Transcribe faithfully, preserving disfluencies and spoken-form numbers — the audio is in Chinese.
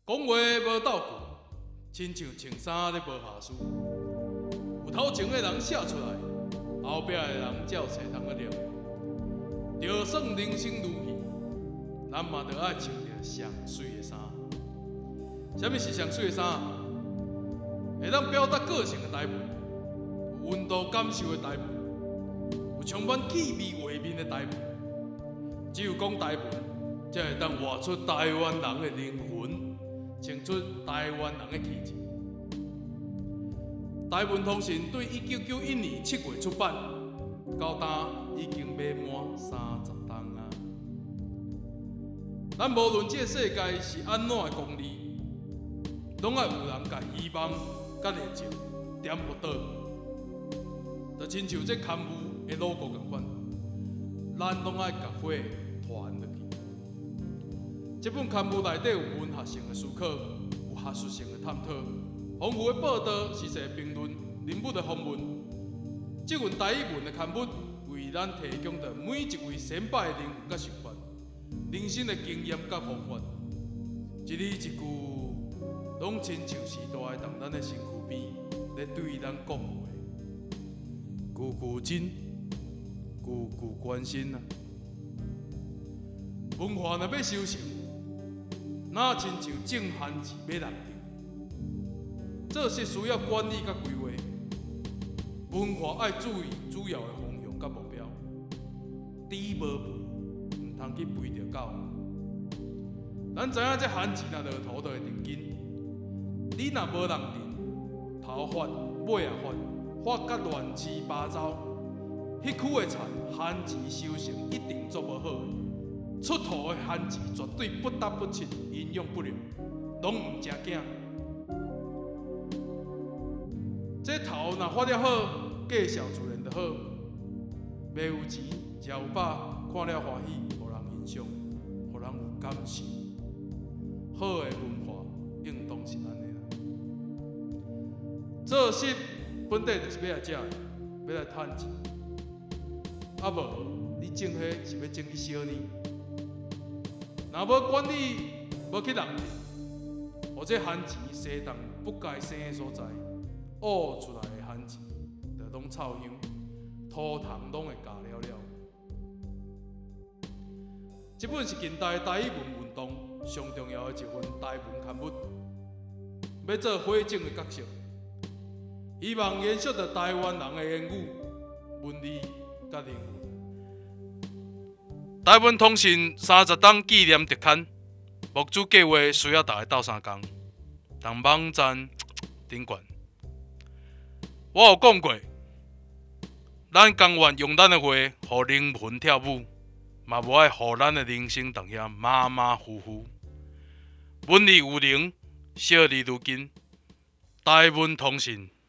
讲话无斗句，亲像穿衫咧无下书。有头前的人写出来，后壁的人照册通去念。就算人生如戏，咱嘛着爱穿着上水的衫。啥物是上水的衫？会当表达个性的台文，有温度感受的台文，有充满气味画面的台文。只有讲台文，才会当活出台湾人的灵魂，唱出台湾人的气质。台文通信对一九九一年七月出版，到今已经买满三十档啊！咱无论这个世界是安怎的公理，拢爱有人甲希望、甲热情点不倒，就亲像这刊物的 logo 同款，咱拢爱甲火传落去。这本刊物内底有文学性的思考，有学术性的探讨，丰富的报道、时事评论、人物的访问。这份台语文的刊物为咱提供着每一位先辈的灵魂甲想法、人生的经验甲方法，一字一句，拢亲像时代同咱的身躯边，咧对咱讲话，句句真，句句关心啊！文化若要修成，那亲像种番薯要人定，这是需要管理甲规划。文化爱注意主要的方向甲目标，猪无肥，唔通去肥着狗。咱知影这番薯若落土就会长根，你若无人定，头发、尾也发，发甲乱七八糟，迄区的菜番薯收成一定做无好的，出土的番薯绝对不得不亲，营养不良，拢唔食囝。这头若发了好，介绍自然就好。卖有钱，食有饱，看了欢喜，互人欣赏，互人有感受。好的文化应当是安尼啦。做事本地就是要来食的，要来趁钱。啊无，你种迄是要种去烧呢？若无管理，无去人定，或者番薯生当不该生的所在。挖出来的番薯，就拢臭香，土藤拢会加了了。这本是近代台语文运动上重要的一份台文刊物，要做火种的角色，希望延续着台湾人的言语、文理甲灵魂。台湾通信三十档纪念特刊，目主计划需要大家斗相共，但网站顶悬。我有讲过，咱甘愿用咱的话，互灵魂跳舞，嘛无爱互咱的人生当遐马马虎虎。文理有灵，小字如金，台文通信。